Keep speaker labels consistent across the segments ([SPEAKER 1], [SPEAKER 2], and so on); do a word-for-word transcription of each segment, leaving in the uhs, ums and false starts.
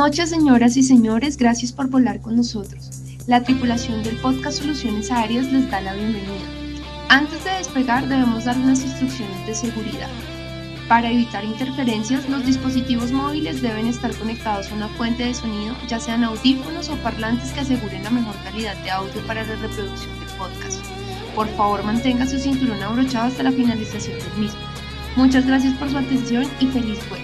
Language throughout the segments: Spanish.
[SPEAKER 1] noches, señoras y señores, gracias por volar con nosotros. La tripulación del podcast Soluciones Aéreas les da la bienvenida. Antes de despegar debemos dar unas instrucciones de seguridad. Para evitar interferencias, los dispositivos móviles deben estar conectados a una fuente de sonido, ya sean audífonos o parlantes que aseguren la mejor calidad de audio para la reproducción del podcast. Por favor, mantenga su cinturón abrochado hasta la finalización del mismo. Muchas gracias por su atención y feliz vuelo.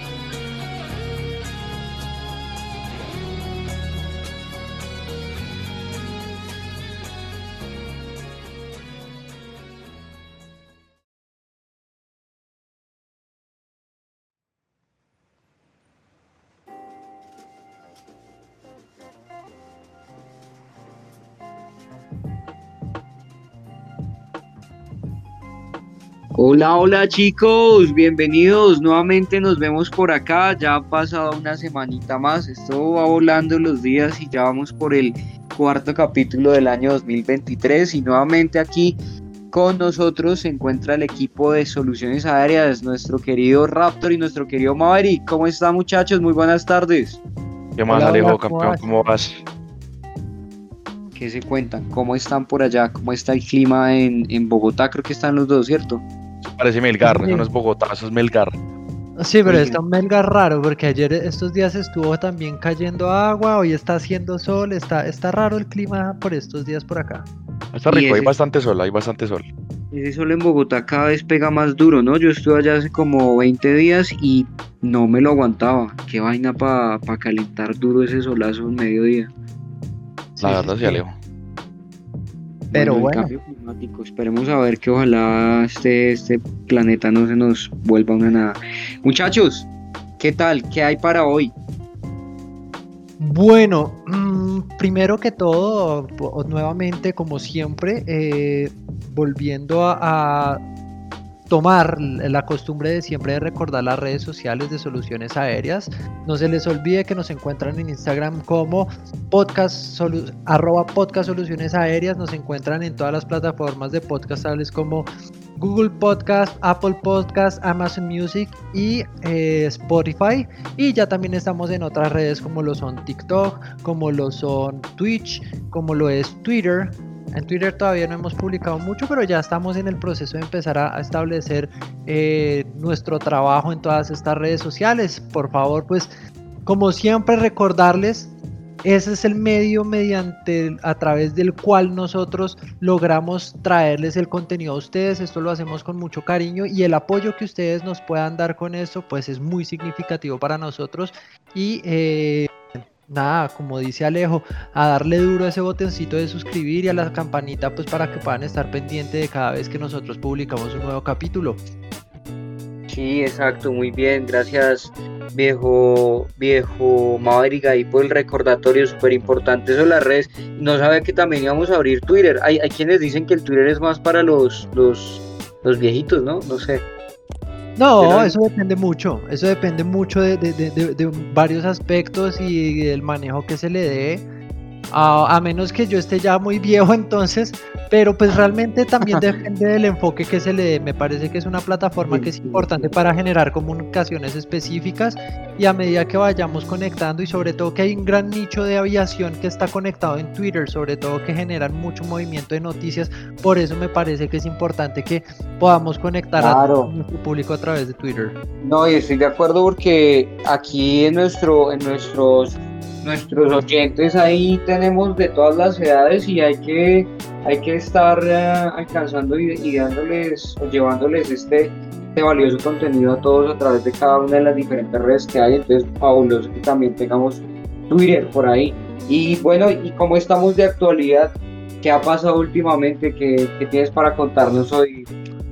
[SPEAKER 2] Hola, hola chicos, bienvenidos, nuevamente nos vemos por acá, ya ha pasado una semanita más, esto va volando los días y ya vamos por el cuarto capítulo del año dos mil veintitrés y nuevamente aquí con nosotros se encuentra el equipo de Soluciones Aéreas, nuestro querido Raptor y nuestro querido Maverick. ¿Cómo están muchachos? Muy buenas tardes.
[SPEAKER 3] ¿Qué más, Alejo, campeón? ¿Cómo vas?
[SPEAKER 2] ¿Qué se cuentan? ¿Cómo están por allá? ¿Cómo está el clima en, en Bogotá? Creo que están los dos, ¿cierto?
[SPEAKER 3] Parece Melgar, sí. Eso no es Bogotá, eso es Melgar.
[SPEAKER 4] Sí, pero está un Melgar raro, porque ayer estos días estuvo también cayendo agua, hoy está haciendo sol, está, está raro el clima por estos días por acá.
[SPEAKER 3] Está rico, ese, hay bastante sol, hay bastante sol.
[SPEAKER 2] Ese sol en Bogotá cada vez pega más duro, ¿no? Yo estuve allá hace como veinte días y no me lo aguantaba. Qué vaina para pa calentar duro ese solazo en mediodía.
[SPEAKER 3] La sí, verdad sí, Alejo.
[SPEAKER 4] Pero
[SPEAKER 2] bueno,
[SPEAKER 4] bueno.
[SPEAKER 2] El cambio climático, esperemos a ver que ojalá este, este planeta no se nos vuelva una nada. Muchachos, ¿qué tal? ¿Qué hay para hoy?
[SPEAKER 4] Bueno, mmm, primero que todo, nuevamente, como siempre, eh, volviendo a, a tomar la costumbre de siempre de recordar las redes sociales de Soluciones Aéreas. No se les olvide que nos encuentran en Instagram como podcast, solu, arroba podcast Soluciones Aéreas. Nos encuentran en todas las plataformas de podcast tales como Google Podcast, Apple Podcast, Amazon Music y eh, Spotify. Y ya también estamos en otras redes como lo son TikTok, como lo son Twitch, como lo es Twitter. En Twitter todavía no hemos publicado mucho, pero ya estamos en el proceso de empezar a establecer eh, nuestro trabajo en todas estas redes sociales. Por favor, pues, como siempre, recordarles, ese es el medio mediante a través del cual nosotros logramos traerles el contenido a ustedes. Esto lo hacemos con mucho cariño y el apoyo que ustedes nos puedan dar con esto, pues, es muy significativo para nosotros y eh, nada, como dice Alejo, a darle duro a ese botoncito de suscribir y a la campanita, pues para que puedan estar pendientes de cada vez que nosotros publicamos un nuevo capítulo.
[SPEAKER 2] Sí, exacto, muy bien, gracias viejo viejo Maverick ahí por el recordatorio, súper importante eso de las redes. No sabía que también íbamos a abrir Twitter. Hay, hay quienes dicen que el Twitter es más para los, los, los viejitos, ¿no? No sé.
[SPEAKER 4] No,
[SPEAKER 2] Pero
[SPEAKER 4] eso depende mucho, eso depende mucho de, de, de, de, de varios aspectos y del manejo que se le dé, a, a menos que yo esté ya muy viejo entonces, pero pues realmente también depende del enfoque que se le dé. Me parece que es una plataforma que es importante para generar comunicaciones específicas y a medida que vayamos conectando y sobre todo que hay un gran nicho de aviación que está conectado en Twitter, sobre todo que generan mucho movimiento de noticias, por eso me parece que es importante que podamos conectar
[SPEAKER 2] claro.
[SPEAKER 4] a nuestro público a través de Twitter.
[SPEAKER 2] No, y estoy de acuerdo porque aquí en nuestro, en nuestros nuestros oyentes ahí tenemos de todas las edades y hay que hay que estar uh, alcanzando y, y dándoles o llevándoles este, este valioso contenido a todos a través de cada una de las diferentes redes que hay. Entonces fabuloso que también tengamos Twitter por ahí. Y bueno, y cómo estamos de actualidad, ¿qué ha pasado últimamente? ¿Qué, qué tienes para contarnos hoy?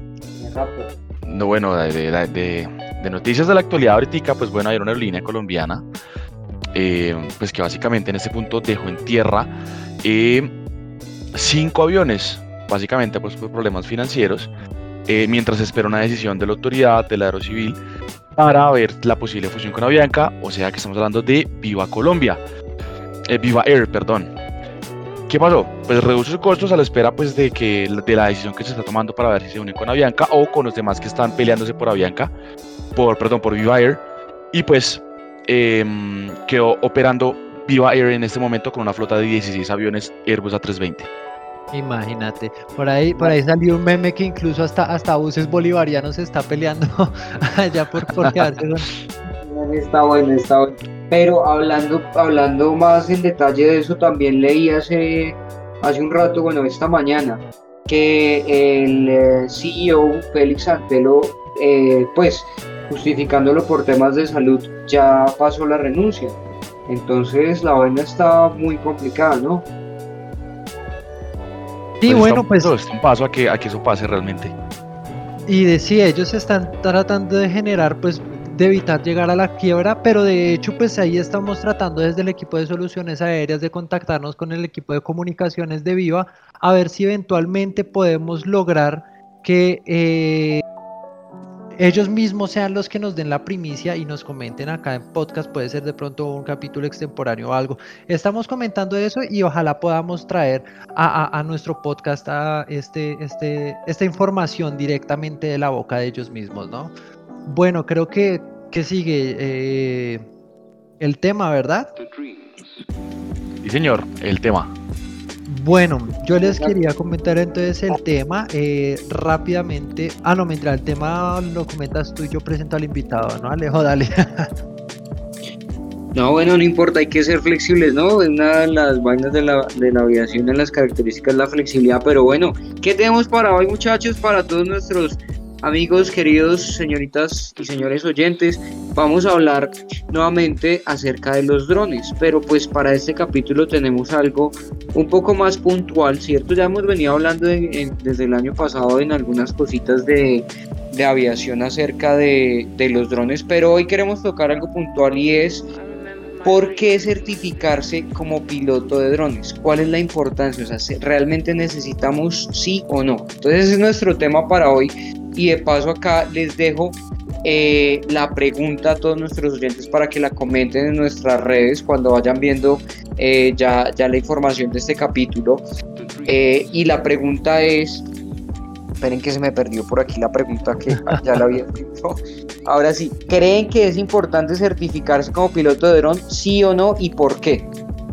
[SPEAKER 3] No, bueno, de, de, de, de noticias de la actualidad ahorita, pues bueno, hay una aerolínea colombiana eh, pues que básicamente en este punto dejó en tierra eh, cinco aviones, básicamente pues por problemas financieros, eh, mientras espera una decisión de la autoridad de la Aerocivil para ver la posible fusión con Avianca, o sea que estamos hablando de Viva Colombia, eh, Viva Air, perdón. ¿Qué pasó? Pues reduce sus costos a la espera pues de que de la decisión que se está tomando para ver si se une con Avianca o con los demás que están peleándose por Avianca, por perdón, por Viva Air, y pues eh, quedó operando Viva Air en este momento con una flota de dieciséis aviones Airbus A trescientos veinte.
[SPEAKER 4] Imagínate, por ahí, por ahí salió un meme que incluso hasta, hasta buses bolivarianos se está peleando allá por, por quedarse con...
[SPEAKER 2] Está bueno, está bueno. Pero hablando, hablando más en detalle de eso, también leí hace, hace un rato, bueno, esta mañana, que el eh, C E O Félix Antelo, eh, pues justificándolo por temas de salud, ya pasó la renuncia. Entonces la vaina está muy complicada, ¿no?
[SPEAKER 4] Sí,
[SPEAKER 3] pues
[SPEAKER 4] bueno,
[SPEAKER 3] está,
[SPEAKER 4] pues...
[SPEAKER 3] Es un paso a que, a que eso pase realmente.
[SPEAKER 4] Y decía, ellos están tratando de generar, pues, de evitar llegar a la quiebra, pero de hecho, pues ahí estamos tratando desde el equipo de soluciones aéreas de contactarnos con el equipo de comunicaciones de Viva, a ver si eventualmente podemos lograr que... Eh, ellos mismos sean los que nos den la primicia y nos comenten acá en podcast, puede ser de pronto un capítulo extemporáneo o algo. Estamos comentando eso y ojalá podamos traer a, a, a nuestro podcast a este, este, esta información directamente de la boca de ellos mismos, ¿no? Bueno, creo que, que sigue eh, el tema, ¿verdad?
[SPEAKER 3] Sí, señor, el tema.
[SPEAKER 4] Bueno, yo les quería comentar entonces el tema eh, rápidamente. Ah, no, mientras el tema lo comentas tú y yo presento al invitado, ¿no, Alejo? Dale.
[SPEAKER 2] No, bueno, no importa, hay que ser flexibles, ¿no? Es una de las vainas de la, de la aviación, en las características la flexibilidad, pero bueno, ¿qué tenemos para hoy, muchachos? Para todos nuestros amigos, queridos señoritas y señores oyentes, vamos a hablar nuevamente acerca de los drones, pero pues para este capítulo tenemos algo un poco más puntual, ¿cierto? Ya hemos venido hablando de, en, desde el año pasado en algunas cositas de, de aviación acerca de, de los drones, pero hoy queremos tocar algo puntual y es ¿por qué certificarse como piloto de drones? ¿Cuál es la importancia? O sea, ¿realmente necesitamos sí o no? Entonces ese es nuestro tema para hoy y de paso acá les dejo eh, la pregunta a todos nuestros oyentes para que la comenten en nuestras redes cuando vayan viendo eh, ya, ya la información de este capítulo. Eh, y la pregunta es... Esperen que se me perdió por aquí la pregunta que ya la había visto. Ahora sí, ¿creen que es importante certificarse como piloto de dron? ¿Sí o no? ¿Y por qué?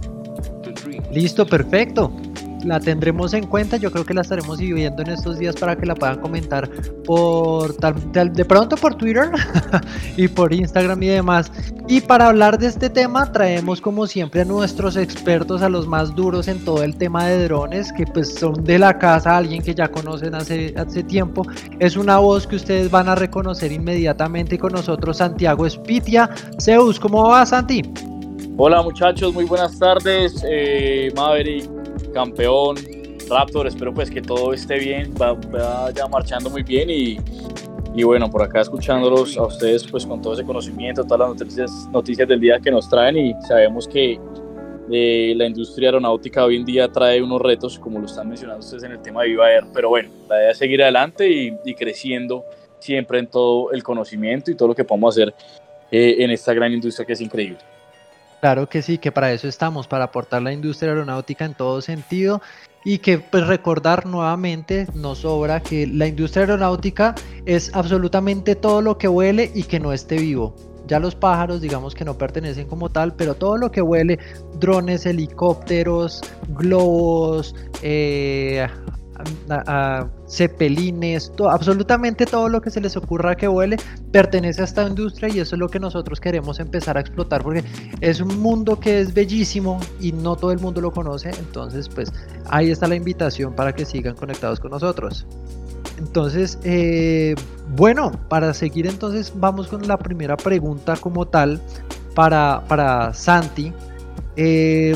[SPEAKER 4] Listo, perfecto. La tendremos en cuenta, yo creo que la estaremos viendo en estos días para que la puedan comentar por tal, tal, de pronto por Twitter y por Instagram y demás. Y para hablar de este tema traemos como siempre a nuestros expertos, a los más duros en todo el tema de drones, que pues son de la casa, alguien que ya conocen hace, hace tiempo. Es una voz que ustedes van a reconocer inmediatamente con nosotros, Santiago Espitia. Zeus, ¿cómo va, Santi?
[SPEAKER 5] Hola muchachos, muy buenas tardes, eh, Maverick, campeón, Raptor, espero pues que todo esté bien, va, va ya marchando muy bien y, y bueno, por acá escuchándolos a ustedes pues con todo ese conocimiento, todas las noticias, noticias del día que nos traen y sabemos que eh, la industria aeronáutica hoy en día trae unos retos como lo están mencionando ustedes en el tema de Viva Air, pero bueno, la idea es seguir adelante y, y creciendo siempre en todo el conocimiento y todo lo que podamos hacer eh, en esta gran industria que es increíble.
[SPEAKER 4] Claro que sí, que para eso estamos, para aportar la industria aeronáutica en todo sentido y que pues recordar nuevamente, no sobra que la industria aeronáutica es absolutamente todo lo que vuele y que no esté vivo. Ya los pájaros digamos que no pertenecen como tal, pero todo lo que vuele, drones, helicópteros, globos, eh, a, a cepelines, todo, absolutamente todo lo que se les ocurra que vuele pertenece a esta industria y eso es lo que nosotros queremos empezar a explotar porque es un mundo que es bellísimo y no todo el mundo lo conoce, entonces pues ahí está la invitación para que sigan conectados con nosotros. Entonces eh, bueno, para seguir entonces vamos con la primera pregunta como tal para, para Santi. eh,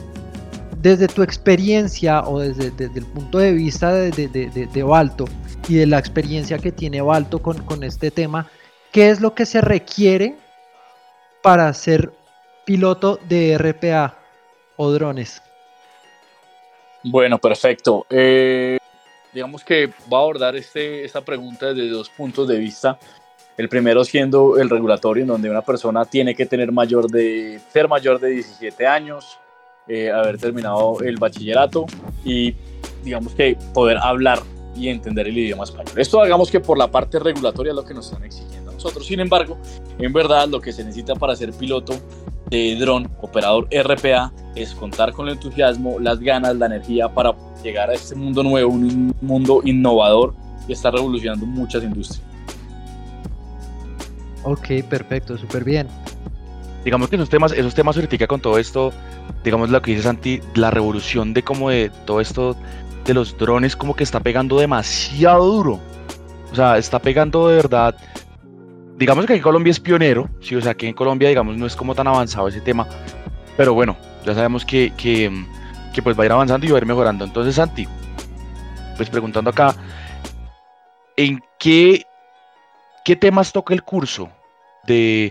[SPEAKER 4] Desde tu experiencia o desde, desde el punto de vista de, de, de, de Balto y de la experiencia que tiene Balto con, con este tema, ¿qué es lo que se requiere para ser piloto de R P A o drones?
[SPEAKER 5] Bueno, perfecto. Eh, digamos que va a abordar este, esta pregunta desde dos puntos de vista. El primero siendo el regulatorio, en donde una persona tiene que tener mayor de, ser mayor de diecisiete años, Eh, haber terminado el bachillerato y digamos que poder hablar y entender el idioma español. Esto digamos que por la parte regulatoria es lo que nos están exigiendo. nosotros. Sin embargo, en verdad lo que se necesita para ser piloto de dron, operador R P A, es contar con el entusiasmo, las ganas, la energía para llegar a este mundo nuevo, un mundo innovador que está revolucionando muchas industrias.
[SPEAKER 4] Ok, perfecto, súper bien.
[SPEAKER 3] Digamos que esos temas, esos temas ahorita con todo esto, digamos lo que dice Santi, la revolución de como de todo esto de los drones como que está pegando demasiado duro. O sea, está pegando de verdad. Digamos que aquí Colombia es pionero, sí, o sea, que en Colombia, digamos, no es como tan avanzado ese tema. Pero bueno, ya sabemos que, que, que pues va a ir avanzando y va a ir mejorando. Entonces, Santi, pues preguntando acá, ¿en qué, qué temas toca el curso de,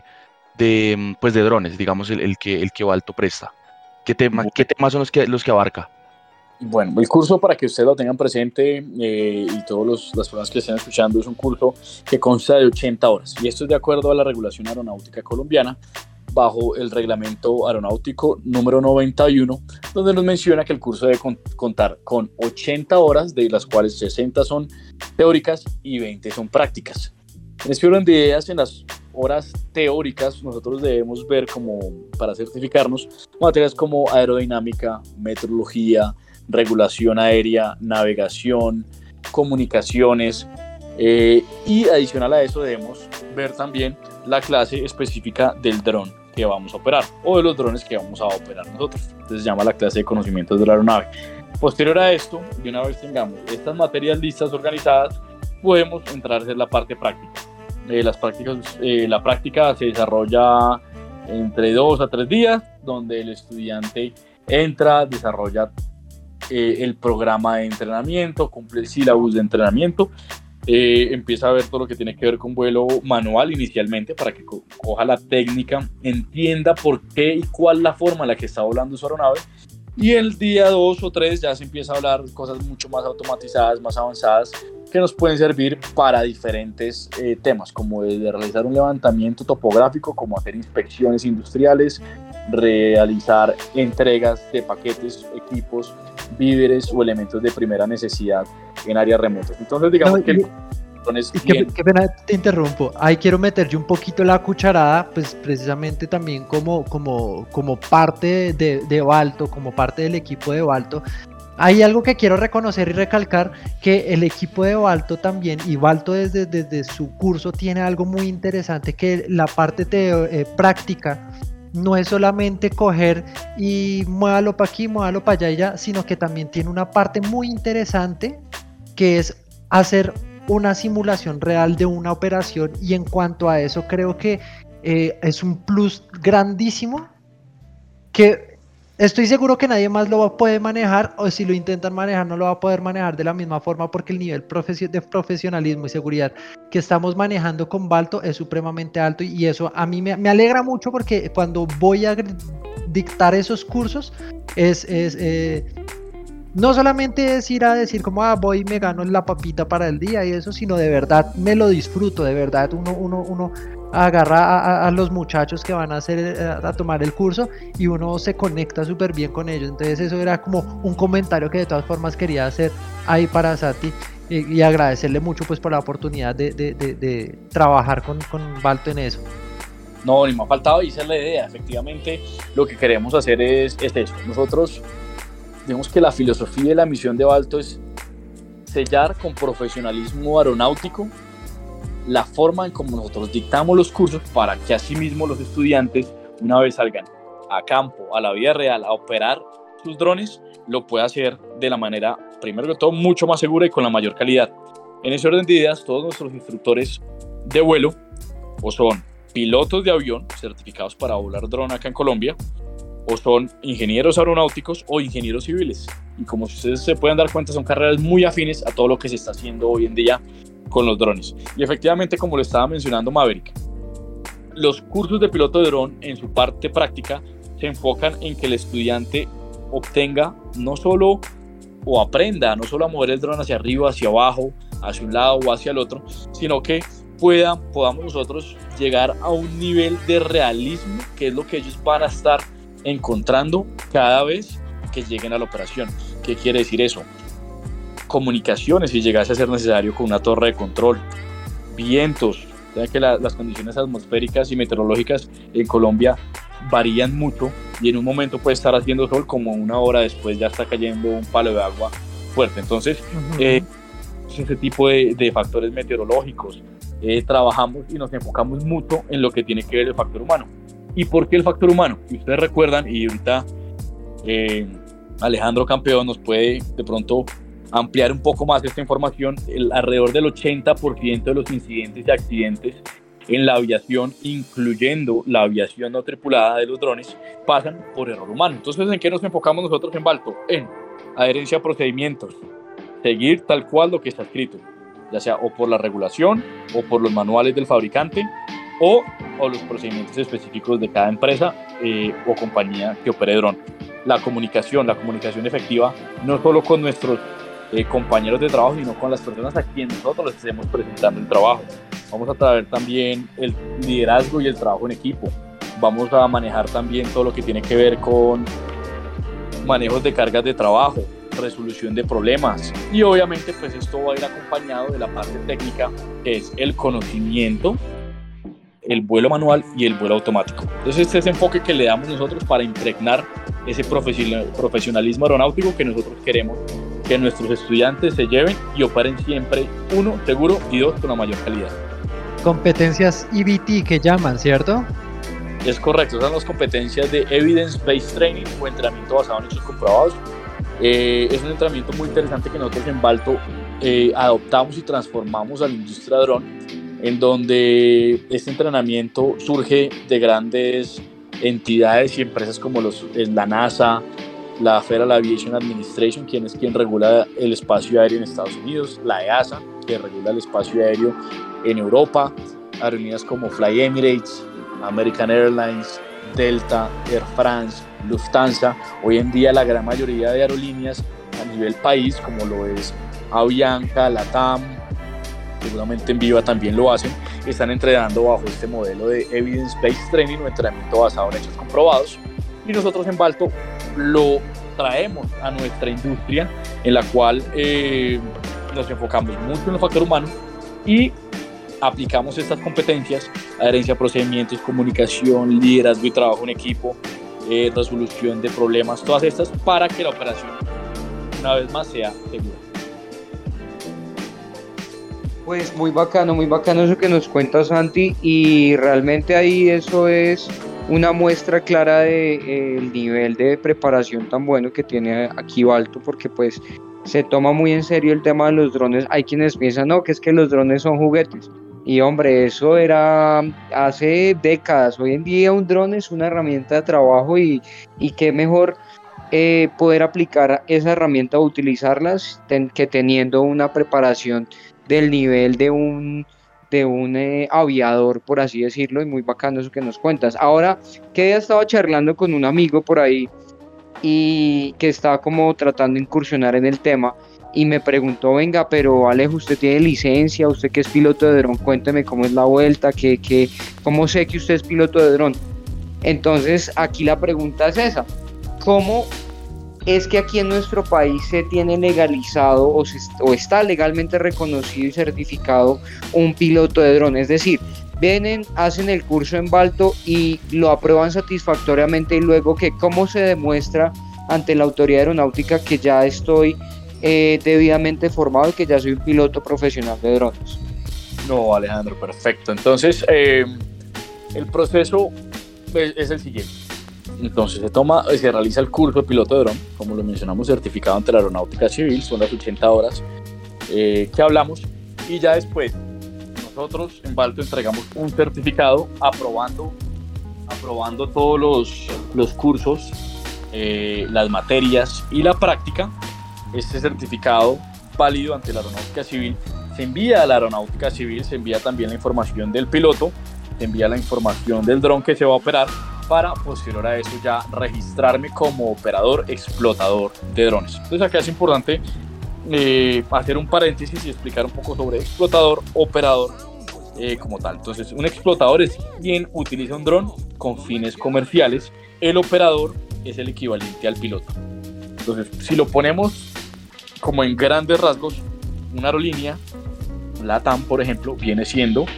[SPEAKER 3] de, pues de drones, digamos, el, el, que, el que Valto presta? ¿Qué, tema, ¿Qué temas son los que, los que abarca?
[SPEAKER 5] Bueno, el curso, para que ustedes lo tengan presente eh, y todas las personas que estén escuchando, es un curso que consta de ochenta horas, y esto es de acuerdo a la regulación aeronáutica colombiana bajo el reglamento aeronáutico número noventa y uno, donde nos menciona que el curso debe con, contar con ochenta horas, de las cuales sesenta son teóricas y veinte son prácticas. En este orden de ideas, en las horas teóricas nosotros debemos ver, como para certificarnos, materias como aerodinámica, meteorología, regulación aérea, navegación, comunicaciones, eh, y adicional a eso debemos ver también la clase específica del dron que vamos a operar o de los drones que vamos a operar nosotros. Entonces se llama la clase de conocimientos de la aeronave. Posterior a esto, y una vez tengamos estas materias listas, organizadas, podemos entrar a hacer la parte práctica. Eh, las prácticas eh, la práctica se desarrolla entre dos a tres días, donde el estudiante entra, desarrolla Eh, el programa de entrenamiento, cumple el sílabus de entrenamiento, eh, empieza a ver todo lo que tiene que ver con vuelo manual inicialmente para que co- coja la técnica, entienda por qué y cuál es la forma en la que está volando su aeronave, y el día dos o tres ya se empieza a hablar cosas mucho más automatizadas, más avanzadas, que nos pueden servir para diferentes eh, temas, como desde realizar un levantamiento topográfico, como hacer inspecciones industriales, realizar entregas de paquetes, equipos, víveres o elementos de primera necesidad en áreas remotas. Entonces, digamos no, que el es
[SPEAKER 4] qué, bien... qué pena te interrumpo. Ahí quiero meter yo un poquito la cucharada, pues precisamente también como, como, como parte de, de Valto, como parte del equipo de Valto. Hay algo que quiero reconocer y recalcar, que el equipo de Valto también, y Valto desde, desde su curso tiene algo muy interesante, que la parte de, eh, práctica no es solamente coger y muévalo para aquí, muévalo para allá y ya, sino que también tiene una parte muy interesante que es hacer una simulación real de una operación, y en cuanto a eso creo que eh, es un plus grandísimo que estoy seguro que nadie más lo va a poder manejar, o si lo intentan manejar no lo va a poder manejar de la misma forma, porque el nivel de profesionalismo y seguridad que estamos manejando con Valto es supremamente alto, y eso a mí me, me alegra mucho, porque cuando voy a dictar esos cursos es, es eh, no solamente es ir a decir como ah, voy y me gano la papita para el día y eso, sino de verdad me lo disfruto, de verdad uno, uno, uno agarra a, a los muchachos que van a hacer a, a tomar el curso y uno se conecta súper bien con ellos. Entonces eso era como un comentario que de todas formas quería hacer ahí para Santi, y, y agradecerle mucho pues por la oportunidad de, de, de, de trabajar con, con Valto en eso.
[SPEAKER 5] No, ni me ha faltado, y esa es la idea. Efectivamente lo que queremos hacer es, es eso. Nosotros digamos que la filosofía y la misión de Valto es sellar con profesionalismo aeronáutico la forma en cómo nosotros dictamos los cursos, para que asimismo los estudiantes, una vez salgan a campo, a la vida real, a operar sus drones, lo puedan hacer de la manera, primero que todo, mucho más segura y con la mayor calidad. En ese orden de ideas, todos nuestros instructores de vuelo o son pilotos de avión certificados para volar dron acá en Colombia, o son ingenieros aeronáuticos o ingenieros civiles. Y como ustedes se pueden dar cuenta, son carreras muy afines a todo lo que se está haciendo hoy en día con los drones. Y efectivamente, como lo estaba mencionando Maverick, los cursos de piloto de dron en su parte práctica se enfocan en que el estudiante obtenga no solo o aprenda no solo a mover el dron hacia arriba, hacia abajo, hacia un lado o hacia el otro, sino que pueda, podamos nosotros llegar a un nivel de realismo, que es lo que ellos van a estar encontrando cada vez que lleguen a la operación. ¿Qué quiere decir eso? Comunicaciones, si llegase a ser necesario, con una torre de control, vientos, ya que la, las condiciones atmosféricas y meteorológicas en Colombia varían mucho y en un momento puede estar haciendo sol, como una hora después ya está cayendo un palo de agua fuerte. Entonces, uh-huh. eh, ese tipo de, de factores meteorológicos, eh, trabajamos y nos enfocamos mucho en lo que tiene que ver el factor humano. ¿Y por qué el factor humano? Si ustedes recuerdan, y ahorita eh, Alejandro Campeón nos puede de pronto ampliar un poco más esta información, el, alrededor del ochenta por ciento de los incidentes y accidentes en la aviación, incluyendo la aviación no tripulada de los drones, pasan por error humano. Entonces, ¿en qué nos enfocamos nosotros en Balto? En adherencia a procedimientos, seguir tal cual lo que está escrito, ya sea o por la regulación, o por los manuales del fabricante, o, o los procedimientos específicos de cada empresa eh, o compañía que opere dron. La comunicación, la comunicación efectiva, no solo con nuestros eh, compañeros de trabajo, sino con las personas a quienes nosotros les estemos presentando el trabajo. Vamos a traer también el liderazgo y el trabajo en equipo. Vamos a manejar también todo lo que tiene que ver con manejos de cargas de trabajo, resolución de problemas, y obviamente pues esto va a ir acompañado de la parte técnica, que es el conocimiento, el vuelo manual y el vuelo automático. Entonces este es el enfoque que le damos nosotros para impregnar ese profesionalismo aeronáutico que nosotros queremos que nuestros estudiantes se lleven y operen siempre, uno, seguro, y dos, con la mayor calidad.
[SPEAKER 4] Competencias E B T que llaman, ¿cierto?
[SPEAKER 5] Es correcto, son las competencias de Evidence Based Training o entrenamiento basado en hechos comprobados. Eh, es un entrenamiento muy interesante que nosotros en Balto eh, adoptamos y transformamos a la industria de dron, en donde este entrenamiento surge de grandes entidades y empresas como los, la NASA, la Federal Aviation Administration, quien es quien regula el espacio aéreo en Estados Unidos, la E A S A, que regula el espacio aéreo en Europa, aerolíneas como Fly Emirates, American Airlines, Delta, Air France, Lufthansa. Hoy en día la gran mayoría de aerolíneas a nivel país, como lo es Avianca, LATAM, seguramente en Viva también lo hacen, están entrenando bajo este modelo de Evidence Based Training o entrenamiento basado en hechos comprobados, y nosotros en Balto lo traemos a nuestra industria, en la cual eh, nos enfocamos mucho en el factor humano y aplicamos estas competencias: adherencia a procedimientos, comunicación, liderazgo y trabajo en equipo, eh, resolución de problemas, todas estas, para que la operación una vez más sea segura.
[SPEAKER 2] Pues muy bacano, muy bacano eso que nos cuenta Santi, y realmente ahí eso es una muestra clara del de, eh, nivel de preparación tan bueno que tiene aquí Balto, porque pues se toma muy en serio el tema de los drones. Hay quienes piensan, no, que es que los drones son juguetes, y hombre, eso era hace décadas. Hoy en día un dron es una herramienta de trabajo, y, y qué mejor eh, poder aplicar esa herramienta o utilizarlas ten, que teniendo una preparación del nivel de un, de un eh, aviador, por así decirlo, y muy bacano eso que nos cuentas. Ahora, que ya estaba charlando con un amigo por ahí, y que estaba como tratando de incursionar en el tema, y me preguntó, venga, pero Alejo, usted tiene licencia, usted que es piloto de dron, cuénteme cómo es la vuelta, que, que, cómo sé que usted es piloto de dron. Entonces, aquí la pregunta es esa: ¿cómo es que aquí en nuestro país se tiene legalizado o, se, o está legalmente reconocido y certificado un piloto de dron? Es decir, vienen, hacen el curso en Balto y lo aprueban satisfactoriamente, y luego que cómo se demuestra ante la autoridad aeronáutica que ya estoy eh, debidamente formado y que ya soy un piloto profesional de drones.
[SPEAKER 5] No, Alejandro, perfecto. Entonces, eh, el proceso es, es el siguiente. Entonces se toma, se realiza el curso de piloto de dron, como lo mencionamos, certificado ante la Aeronáutica Civil, son las ochenta horas eh, que hablamos, y ya después nosotros en Balto entregamos un certificado aprobando, aprobando todos los, los cursos, eh, las materias y la práctica. Este certificado válido ante la Aeronáutica Civil se envía a la Aeronáutica Civil, se envía también la información del piloto, se envía la información del dron que se va a operar, para posterior a eso ya registrarme como operador explotador de drones. Entonces acá es importante eh, hacer un paréntesis y explicar un poco sobre explotador, operador eh, como tal. Entonces un explotador es quien utiliza un dron con fines comerciales, el operador es el equivalente al piloto. Entonces si lo ponemos como en grandes rasgos, una aerolínea, LATAM por ejemplo, viene siendo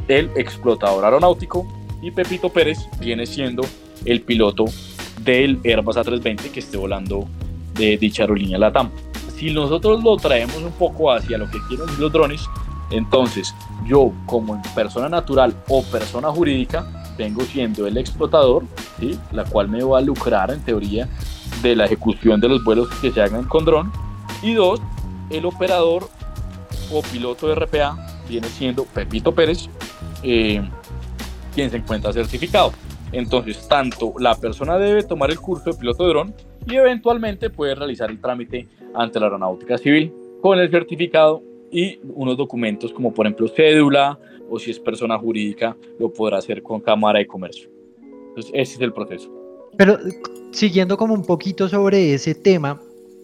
[SPEAKER 5] el explotador aeronáutico, y Pepito Pérez viene siendo el piloto del Airbus A trescientos veinte que esté volando de dicha aerolínea LATAM. Si nosotros lo traemos un poco hacia lo que quieren los drones, entonces yo como persona natural o persona jurídica vengo siendo el explotador, ¿sí?, la cual me va a lucrar en teoría de la ejecución de los vuelos que se hagan con dron. Y dos, el operador o piloto de R P A viene siendo Pepito Pérez, eh, quien se encuentra certificado. Entonces, tanto la persona debe tomar el curso de piloto de dron y eventualmente puede realizar el trámite ante la Aeronáutica Civil con el certificado y unos documentos como por ejemplo cédula, o si es persona jurídica lo podrá hacer con Cámara de Comercio. Entonces, ese es el proceso.
[SPEAKER 4] Pero siguiendo como un poquito sobre ese tema,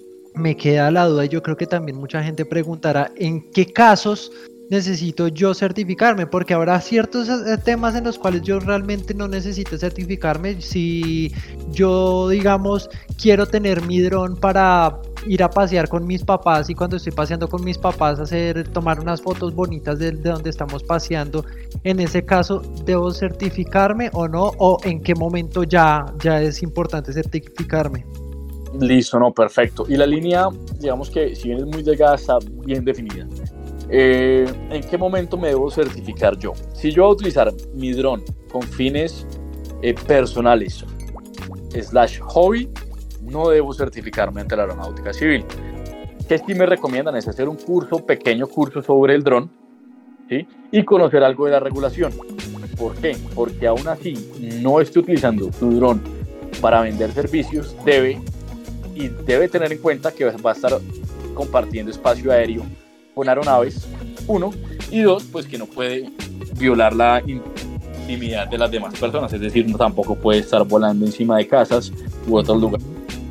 [SPEAKER 4] me queda la duda y yo creo que también mucha gente preguntará en qué casos necesito yo certificarme, porque habrá ciertos temas en los cuales yo realmente no necesito certificarme. Si yo, digamos, quiero tener mi dron para ir a pasear con mis papás y cuando estoy paseando con mis papás hacer, tomar unas fotos bonitas de, de donde estamos paseando, en ese caso, ¿debo certificarme o no? ¿O en qué momento ya, ya es importante certificarme?
[SPEAKER 5] Listo, no, perfecto. Y la línea, digamos que si bien es muy delgada, está bien definida. Eh, ¿En qué momento me debo certificar yo? Si yo voy a utilizar mi dron con fines eh, personales slash hobby, no debo certificarme ante la Aeronáutica Civil. ¿Qué sí me recomiendan? Es hacer un curso, pequeño curso sobre el dron, ¿sí?, y conocer algo de la regulación. ¿Por qué? Porque aún así no esté utilizando tu dron para vender servicios, debe y debe tener en cuenta que va a estar compartiendo espacio aéreo con aeronaves, uno, y dos, pues que no puede violar la intimidad de las demás personas, es decir, no, tampoco puede estar volando encima de casas u otros lugares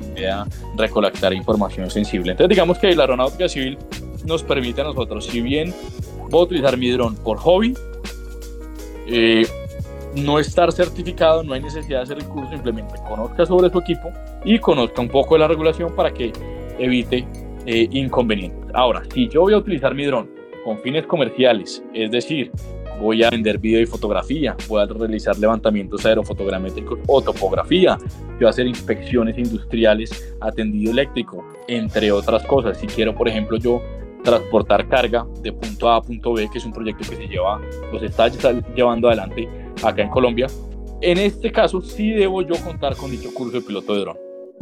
[SPEAKER 5] a recolectar información sensible. Entonces digamos que la Aeronáutica Civil nos permite a nosotros, si bien voy a utilizar mi dron por hobby, eh, no estar certificado, no hay necesidad de hacer el curso, simplemente conozca sobre su equipo y conozca un poco de la regulación para que evite eh, inconvenientes. Ahora, si yo voy a utilizar mi dron con fines comerciales, es decir, voy a vender video y fotografía, voy a realizar levantamientos aerofotogramétricos o topografía, voy a hacer inspecciones industriales a tendido eléctrico, entre otras cosas. Si quiero, por ejemplo, yo transportar carga de punto A a punto B, que es un proyecto que se lleva, los está llevando adelante acá en Colombia, en este caso sí debo yo contar con dicho curso de piloto de dron.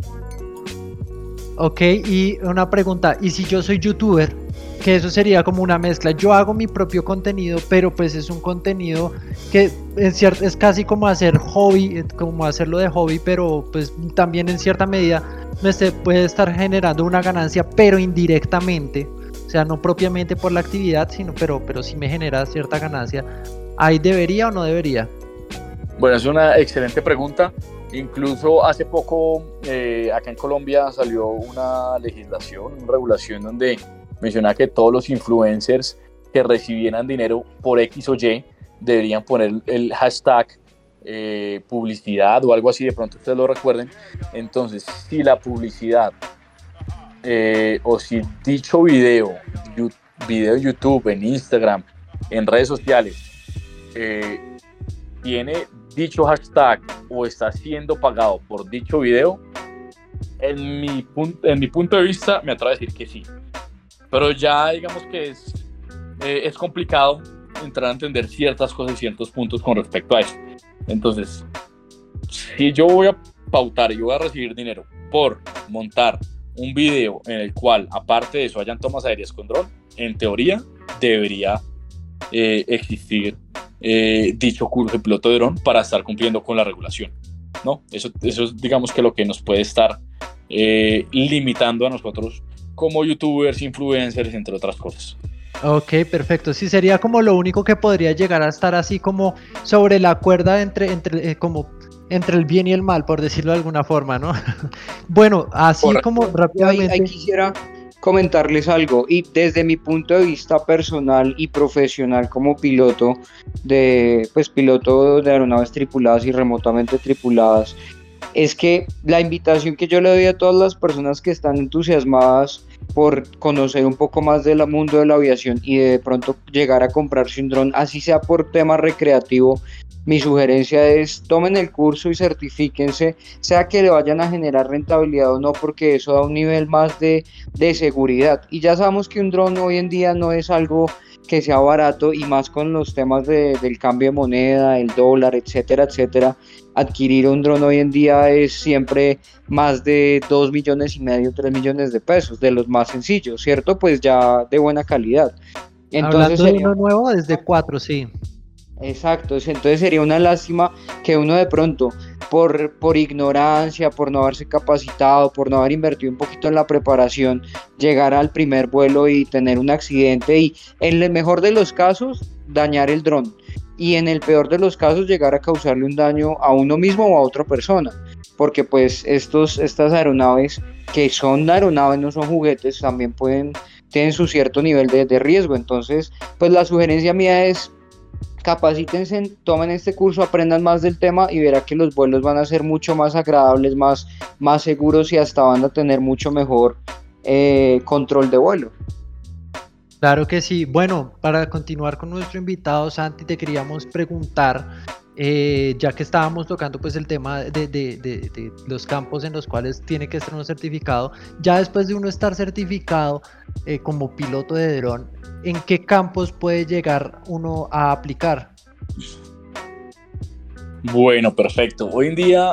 [SPEAKER 4] Ok, y una pregunta, ¿y si yo soy youtuber? Que eso sería como una mezcla, yo hago mi propio contenido, pero pues es un contenido que en cierto, es casi como hacer hobby, como hacerlo de hobby, pero pues también en cierta medida me esté, puede estar generando una ganancia, pero indirectamente, o sea, no propiamente por la actividad, sino pero, pero sí me genera cierta ganancia. ¿Ahí debería o no debería?
[SPEAKER 5] Bueno, es una excelente pregunta. Incluso hace poco eh, acá en Colombia salió una legislación, una regulación donde mencionaba que todos los influencers que recibieran dinero por X o Y deberían poner el hashtag eh, publicidad o algo así, de pronto ustedes lo recuerden. Entonces, si la publicidad eh, o si dicho video, video en YouTube, en Instagram, en redes sociales, eh, tiene dicho hashtag o está siendo pagado por dicho video, en mi, punto, en mi punto de vista me atrevo a decir que sí. Pero ya digamos que es, eh, es complicado entrar a entender ciertas cosas y ciertos puntos con respecto a eso. Entonces, si yo voy a pautar y voy a recibir dinero por montar un video en el cual, aparte de eso, hayan tomas aéreas con dron, en teoría debería eh, existir eh, dicho curso de piloto de dron para estar cumpliendo con la regulación, ¿no? Eso, eso es, digamos, que lo que nos puede estar eh, limitando a nosotros como youtubers, influencers, entre otras cosas.
[SPEAKER 4] Ok, perfecto. Sí, sería como lo único que podría llegar a estar así como sobre la cuerda entre, entre, eh, como entre el bien y el mal, por decirlo de alguna forma, ¿no? Bueno, así Correcto. Como rápidamente...
[SPEAKER 2] Ahí, ahí quisiera comentarles algo, y desde mi punto de vista personal y profesional como piloto de, pues piloto de aeronaves tripuladas y remotamente tripuladas, es que la invitación que yo le doy a todas las personas que están entusiasmadas por conocer un poco más del mundo de la aviación y de pronto llegar a comprarse un dron, así sea por tema recreativo, mi sugerencia es tomen el curso y certifíquense, sea que le vayan a generar rentabilidad o no, porque eso da un nivel más de, de seguridad. Y ya sabemos que un dron hoy en día no es algo que sea barato, y más con los temas de, del cambio de moneda, el dólar, etcétera, etcétera. Adquirir un dron hoy en día es siempre más de dos millones y medio, tres millones de pesos, de los más sencillos, ¿cierto? Pues ya de buena calidad.
[SPEAKER 4] Entonces, hablando de uno nuevo, desde cuatro, sí.
[SPEAKER 2] Exacto, entonces sería una lástima que uno de pronto, por, por ignorancia, por no haberse capacitado, por no haber invertido un poquito en la preparación, llegara al primer vuelo y tener un accidente y en el mejor de los casos dañar el dron, y en el peor de los casos llegar a causarle un daño a uno mismo o a otra persona, porque pues estos, estas aeronaves, que son aeronaves, no son juguetes, también pueden, tienen su cierto nivel de, de riesgo. Entonces pues la sugerencia mía es: capacítense, tomen este curso, aprendan más del tema y verá que los vuelos van a ser mucho más agradables, más, más seguros, y hasta van a tener mucho mejor eh, control de vuelo.
[SPEAKER 4] Claro que sí. Bueno, para continuar con nuestro invitado, Santi, te queríamos preguntar, eh, ya que estábamos tocando pues el tema de, de, de, de los campos en los cuales tiene que estar uno certificado, ya después de uno estar certificado eh, como piloto de dron, ¿en qué campos puede llegar uno a aplicar?
[SPEAKER 5] Bueno, perfecto. Hoy en día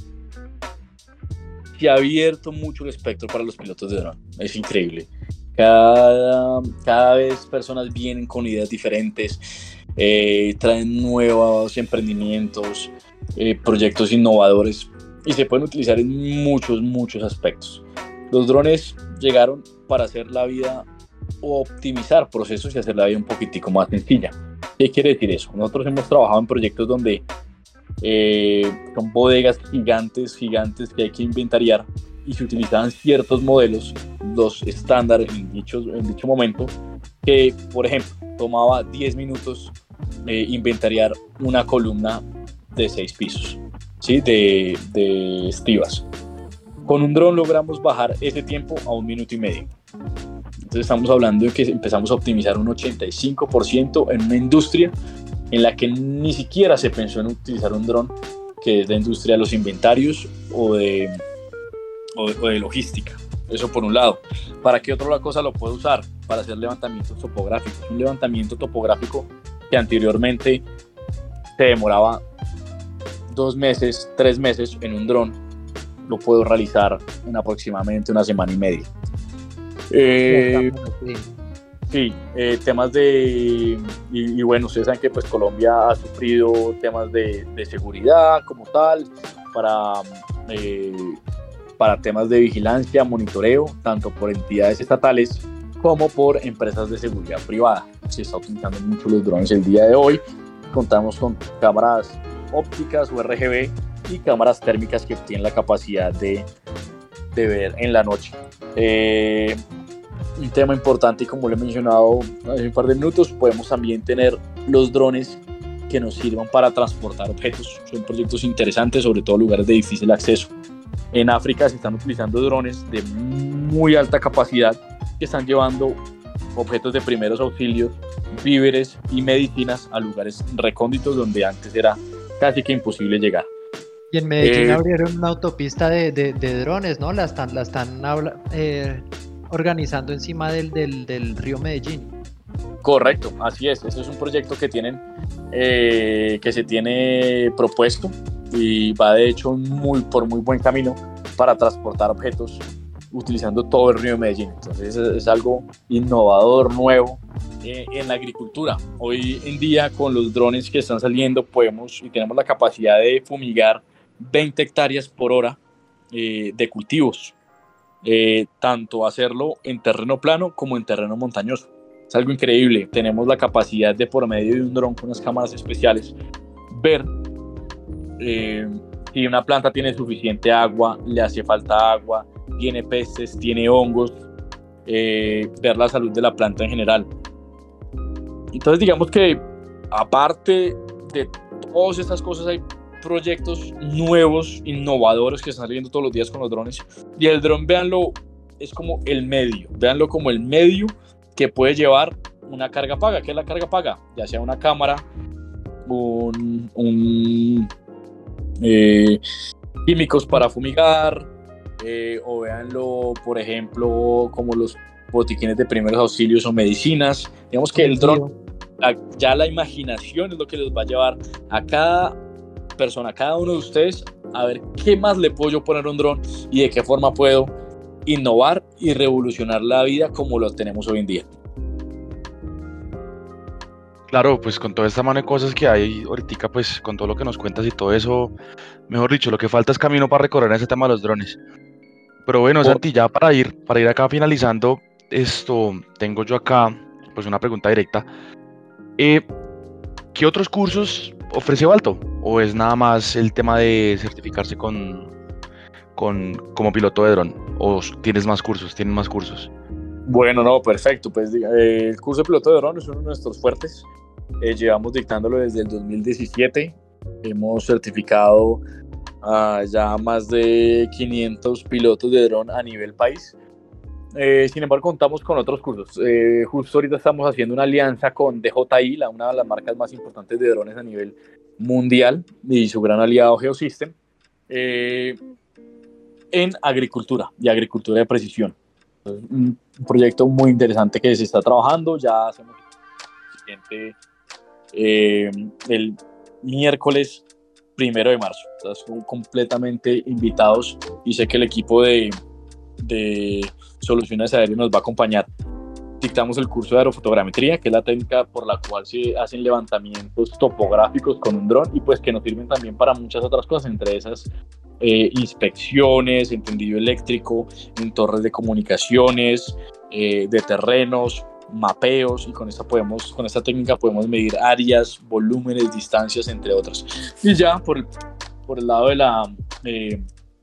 [SPEAKER 5] se ha abierto mucho el espectro para los pilotos de dron. Es increíble. Cada, cada vez personas vienen con ideas diferentes, eh, traen nuevos emprendimientos, eh, proyectos innovadores, y se pueden utilizar en muchos, muchos aspectos. Los drones llegaron para hacer la vida o optimizar procesos y hacer la vida un poquitico más sencilla. ¿Qué quiere decir eso? Nosotros hemos trabajado en proyectos donde eh, son bodegas gigantes, gigantes que hay que inventariar, y se utilizaban ciertos modelos, los estándar en, dichos, en dicho momento, que por ejemplo tomaba diez minutos eh, inventariar una columna de seis pisos, ¿sí? de, de estivas. Con un dron logramos bajar ese tiempo a un minuto y medio. Entonces estamos hablando de que empezamos a optimizar un ochenta y cinco por ciento en una industria en la que ni siquiera se pensó en utilizar un dron, que es la industria de los inventarios o de, o de, o de logística. Eso por un lado. ¿Para qué otra cosa lo puedo usar? Para hacer levantamientos topográficos. Un levantamiento topográfico que anteriormente se demoraba dos meses, tres meses en un dron, lo puedo realizar en aproximadamente una semana y media. Eh, sí, eh, temas de y, y bueno, ustedes saben que pues Colombia ha sufrido temas de, de seguridad como tal, para eh, para temas de vigilancia, monitoreo, tanto por entidades estatales como por empresas de seguridad privada. Se está utilizando mucho los drones el día de hoy. Contamos con cámaras ópticas o R G B y cámaras térmicas que tienen la capacidad de, de ver en la noche. Eh, un tema importante, y como lo he mencionado hace un par de minutos, podemos también tener los drones que nos sirvan para transportar objetos. Son proyectos interesantes, sobre todo lugares de difícil acceso. En África se están utilizando drones de muy alta capacidad que están llevando objetos de primeros auxilios, víveres y medicinas a lugares recónditos donde antes era casi que imposible llegar.
[SPEAKER 4] Y en Medellín eh, abrieron una autopista de, de, de drones, ¿no? La están, la están eh, organizando encima del, del, del río Medellín.
[SPEAKER 5] Correcto, así es. Ese es un proyecto que tienen, eh, que se tiene propuesto y va de hecho muy, por muy buen camino para transportar objetos utilizando todo el río de Medellín. Entonces es, es algo innovador, nuevo eh, en la agricultura. Hoy en día con los drones que están saliendo podemos y tenemos la capacidad de fumigar veinte hectáreas por hora eh, de cultivos, eh, tanto hacerlo en terreno plano como en terreno montañoso. Es algo increíble. Tenemos la capacidad de, por medio de un dron con unas cámaras especiales, ver eh, si una planta tiene suficiente agua, le hace falta agua, tiene peces, tiene hongos, eh, ver la salud de la planta en general. Entonces digamos que aparte de todas estas cosas hay proyectos nuevos, innovadores que están saliendo todos los días con los drones, y el dron, véanlo es como el medio, véanlo como el medio que puede llevar una carga paga. ¿Qué es la carga paga? Ya sea una cámara, un, un eh, químicos para fumigar, eh, o véanlo, por ejemplo, como los botiquines de primeros auxilios o medicinas. Digamos que el dron, ya la imaginación es lo que les va a llevar a cada persona, a cada uno de ustedes, a ver qué más le puedo yo poner a un dron y de qué forma puedo innovar y revolucionar la vida como lo tenemos hoy en día.
[SPEAKER 3] Claro, pues con toda esta mano de cosas que hay ahorita, pues con todo lo que nos cuentas y todo eso, mejor dicho, lo que falta es camino para recorrer en ese tema de los drones. Pero bueno,
[SPEAKER 5] Por...
[SPEAKER 3] Santi, ya para ir, para ir acá finalizando esto, tengo yo acá pues una pregunta directa. Eh, ¿Qué otros cursos ofrece Balto? ¿O es nada más el tema de certificarse con, con como piloto de dron? ¿O tienes más cursos? ¿Tienen más cursos?
[SPEAKER 5] Bueno, no, perfecto. Pues eh, el curso de piloto de dron es uno de nuestros fuertes. Eh, llevamos dictándolo desde el dos mil diecisiete. Hemos certificado a ya más de quinientos pilotos de dron a nivel país. Eh, sin embargo, contamos con otros cursos. Eh, justo ahorita estamos haciendo una alianza con D J I, la, una de las marcas más importantes de drones a nivel mundial, y su gran aliado Geosystem, eh, en agricultura y agricultura de precisión. Entonces, un, un proyecto muy interesante que se está trabajando. Ya hacemos el siguiente eh, el miércoles primero de marzo. Entonces, son completamente invitados y sé que el equipo de de Soluciones Aéreas nos va a acompañar. Dictamos el curso de aerofotogrametría, que es la técnica por la cual se hacen levantamientos topográficos con un dron y pues que nos sirven también para muchas otras cosas, entre esas eh, inspecciones en tendido eléctrico, en torres de comunicaciones, eh, de terrenos, mapeos, y con esta, podemos, con esta técnica podemos medir áreas, volúmenes, distancias, entre otras. Y ya por el, por el lado de la eh,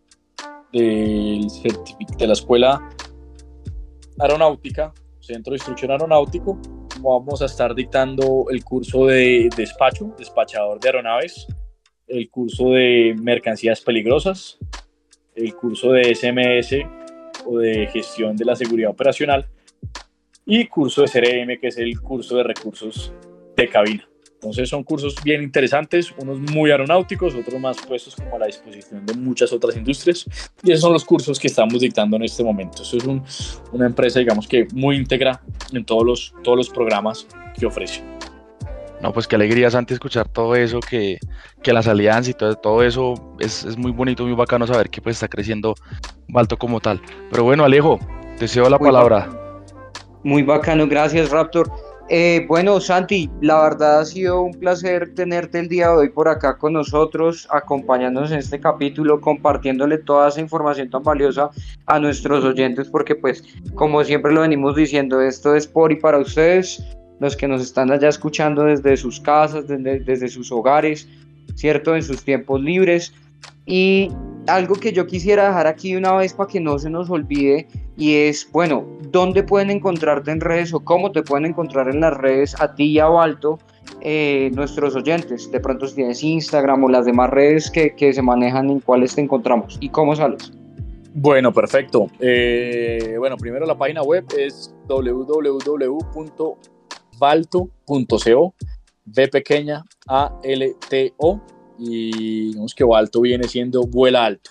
[SPEAKER 5] del certific- de la escuela aeronáutica, Centro de Instrucción Aeronáutico, vamos a estar dictando el curso de despacho, despachador de aeronaves, el curso de mercancías peligrosas, el curso de S M S o de gestión de la seguridad operacional, y curso de C R M, que es el curso de recursos de cabina. Entonces son cursos bien interesantes, unos muy aeronáuticos, otros más puestos como a la disposición de muchas otras industrias, y esos son los cursos que estamos dictando en este momento. Eso es un, una empresa, digamos, que muy íntegra en todos los, todos los programas que ofrece.
[SPEAKER 3] No, pues qué alegría, Santi, escuchar todo eso, que, que las alianzas y todo, todo eso es, es muy bonito, muy bacano saber que pues está creciendo Balto como tal. Pero bueno, Alejo, te cedo la muy palabra.
[SPEAKER 2] Bacano. Muy bacano, gracias, Raptor. Eh, bueno, Santi, la verdad ha sido un placer tenerte el día de hoy por acá con nosotros, acompañándonos en este capítulo, compartiéndole toda esa información tan valiosa a nuestros oyentes, porque pues, como siempre lo venimos diciendo, esto es por y para ustedes, los que nos están allá escuchando desde sus casas, desde, desde sus hogares, ¿cierto? En sus tiempos libres. Y algo que yo quisiera dejar aquí una vez para que no se nos olvide, y es, bueno, ¿dónde pueden encontrarte en redes o cómo te pueden encontrar en las redes a ti y a Balto eh, nuestros oyentes? De pronto si tienes Instagram o las demás redes que, que se manejan, en cuáles te encontramos y cómo sales.
[SPEAKER 5] Bueno, perfecto. Eh, bueno, primero la página web es doble u doble u doble u punto balto punto co, V pequeña, A L T O, y digamos que Balto viene siendo vuela alto.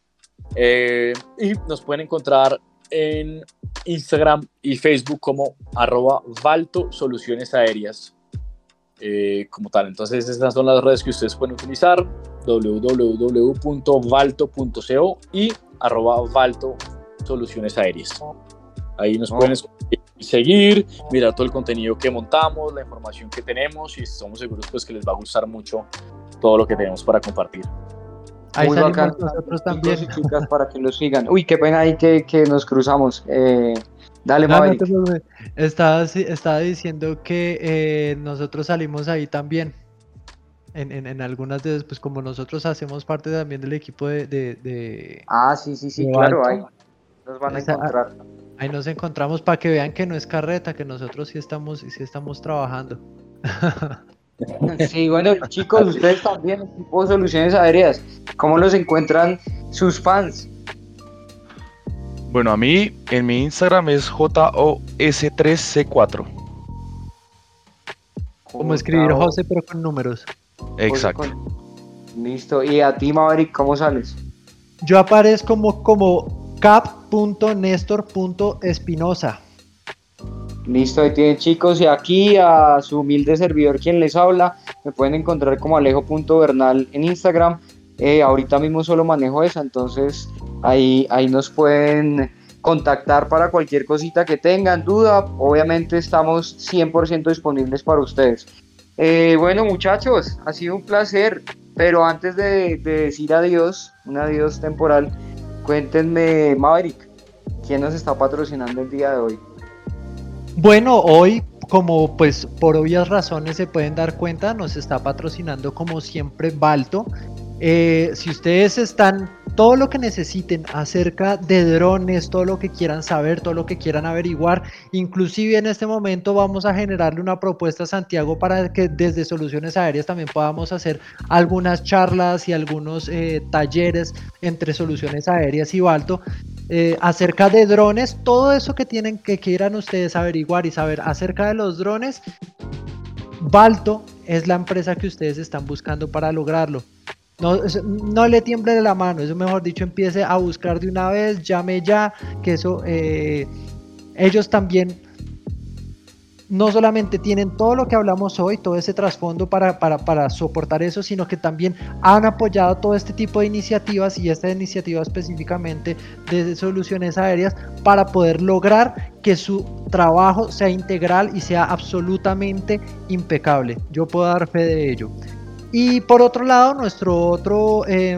[SPEAKER 5] Eh, y nos pueden encontrar en Instagram y Facebook como arroba Balto Soluciones Aéreas, eh, como tal. Entonces estas son las redes que ustedes pueden utilizar: doble u doble u doble u punto balto punto co y arroba Balto Soluciones Aéreas. Ahí nos oh. pueden seguir, mirar todo el contenido que montamos, la información que tenemos, y estamos seguros pues que les va a gustar mucho todo lo que tenemos para compartir.
[SPEAKER 4] Ahí
[SPEAKER 2] muy bacán,
[SPEAKER 4] nosotros también.
[SPEAKER 2] Chicos y chicas, para que los sigan. Uy, qué pena ahí que, que nos cruzamos. Eh, dale,
[SPEAKER 4] no,
[SPEAKER 2] Maverick.
[SPEAKER 4] no te, estaba, estaba diciendo que eh, nosotros salimos ahí también. En, en, en algunas de, pues como nosotros hacemos parte también del equipo de... de, de
[SPEAKER 2] ah, sí, sí, sí, claro, ahí nos van a
[SPEAKER 4] Esa,
[SPEAKER 2] encontrar.
[SPEAKER 4] Ahí nos encontramos para que vean que no es carreta, que nosotros sí estamos, sí estamos trabajando.
[SPEAKER 2] Sí, bueno, chicos, ustedes también, equipo de Soluciones Aéreas, ¿cómo los encuentran sus fans?
[SPEAKER 3] Bueno, a mí en mi Instagram es J O S tres C cuatro.
[SPEAKER 4] Como escribir José pero con números.
[SPEAKER 3] Exacto.
[SPEAKER 2] Con... Listo. ¿Y a ti, Maverick, cómo sales?
[SPEAKER 4] Yo aparezco como, como cap punto nestor punto espinosa.
[SPEAKER 2] Listo, ahí tienen, chicos, y aquí a su humilde servidor quien les habla, me pueden encontrar como alejo punto bernal en Instagram. Eh, ahorita mismo solo manejo esa, entonces ahí, ahí nos pueden contactar para cualquier cosita que tengan, duda. Obviamente estamos cien por ciento disponibles para ustedes. Eh, bueno, muchachos, ha sido un placer, pero antes de, de decir adiós, un adiós temporal, cuéntenme, Maverick, ¿quién nos está patrocinando el día de hoy?
[SPEAKER 4] Bueno, hoy, como pues por obvias razones se pueden dar cuenta, nos está patrocinando como siempre Balto. Eh, si ustedes están, todo lo que necesiten acerca de drones, todo lo que quieran saber, todo lo que quieran averiguar, inclusive en este momento vamos a generarle una propuesta a Santiago para que desde Soluciones Aéreas también podamos hacer algunas charlas y algunos eh, talleres entre Soluciones Aéreas y Balto. Eh, acerca de drones, todo eso que tienen que quieran ustedes averiguar y saber acerca de los drones, Balto es la empresa que ustedes están buscando para lograrlo. No, no le tiemble la mano, eso mejor dicho, empiece a buscar de una vez, llame ya, que eso, eh, ellos también no solamente tienen todo lo que hablamos hoy, todo ese trasfondo para, para, para soportar eso, sino que también han apoyado todo este tipo de iniciativas y esta iniciativa específicamente de Soluciones Aéreas para poder lograr que su trabajo sea integral y sea absolutamente impecable. Yo puedo dar fe de ello. Y por otro lado, nuestro otro eh,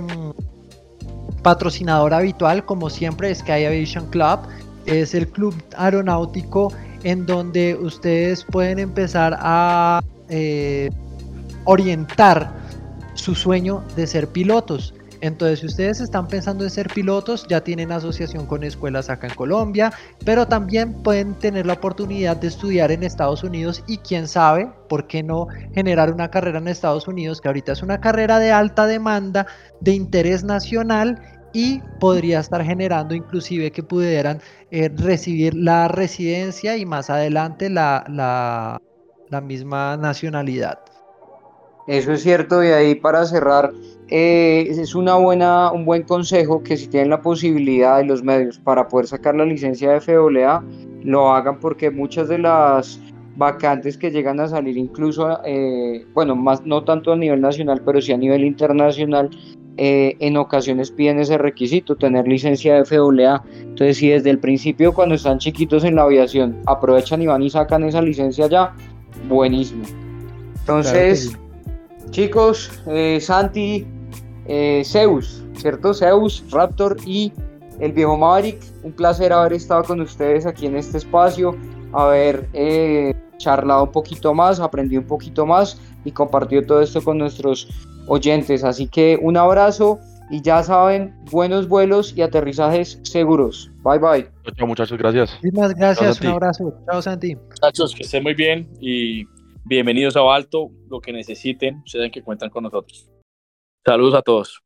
[SPEAKER 4] patrocinador habitual, como siempre, es Sky Aviation Club. Es el club aeronáutico en donde ustedes pueden empezar a eh, orientar su sueño de ser pilotos. Entonces, si ustedes están pensando en ser pilotos, ya tienen asociación con escuelas acá en Colombia, pero también pueden tener la oportunidad de estudiar en Estados Unidos y quién sabe, ¿por qué no generar una carrera en Estados Unidos, que ahorita es una carrera de alta demanda, de interés nacional, y podría estar generando inclusive que pudieran eh, recibir la residencia y más adelante la, la, la misma nacionalidad?
[SPEAKER 2] Eso es cierto, y ahí para cerrar, eh, es una buena, un buen consejo que si tienen la posibilidad y los medios para poder sacar la licencia de F A A, lo hagan, porque muchas de las vacantes que llegan a salir, incluso, eh, bueno, más no tanto a nivel nacional, pero sí a nivel internacional, eh, en ocasiones piden ese requisito, tener licencia de F A A. Entonces, si desde el principio, cuando están chiquitos en la aviación, aprovechan y van y sacan esa licencia ya, buenísimo. Entonces... Claro, chicos, eh, Santi, eh, Zeus, ¿cierto? Zeus, Raptor y el viejo Maverick, un placer haber estado con ustedes aquí en este espacio, haber eh, charlado un poquito más, aprendido un poquito más y compartido todo esto con nuestros oyentes. Así que un abrazo y ya saben, buenos vuelos y aterrizajes seguros. Bye bye.
[SPEAKER 3] Chao, muchachos, gracias.
[SPEAKER 4] Muchas gracias, un abrazo. Chao, Santi.
[SPEAKER 5] Muchachos, que estén muy bien y bienvenidos a Balto, lo que necesiten, ustedes saben que cuentan con nosotros. Saludos a todos.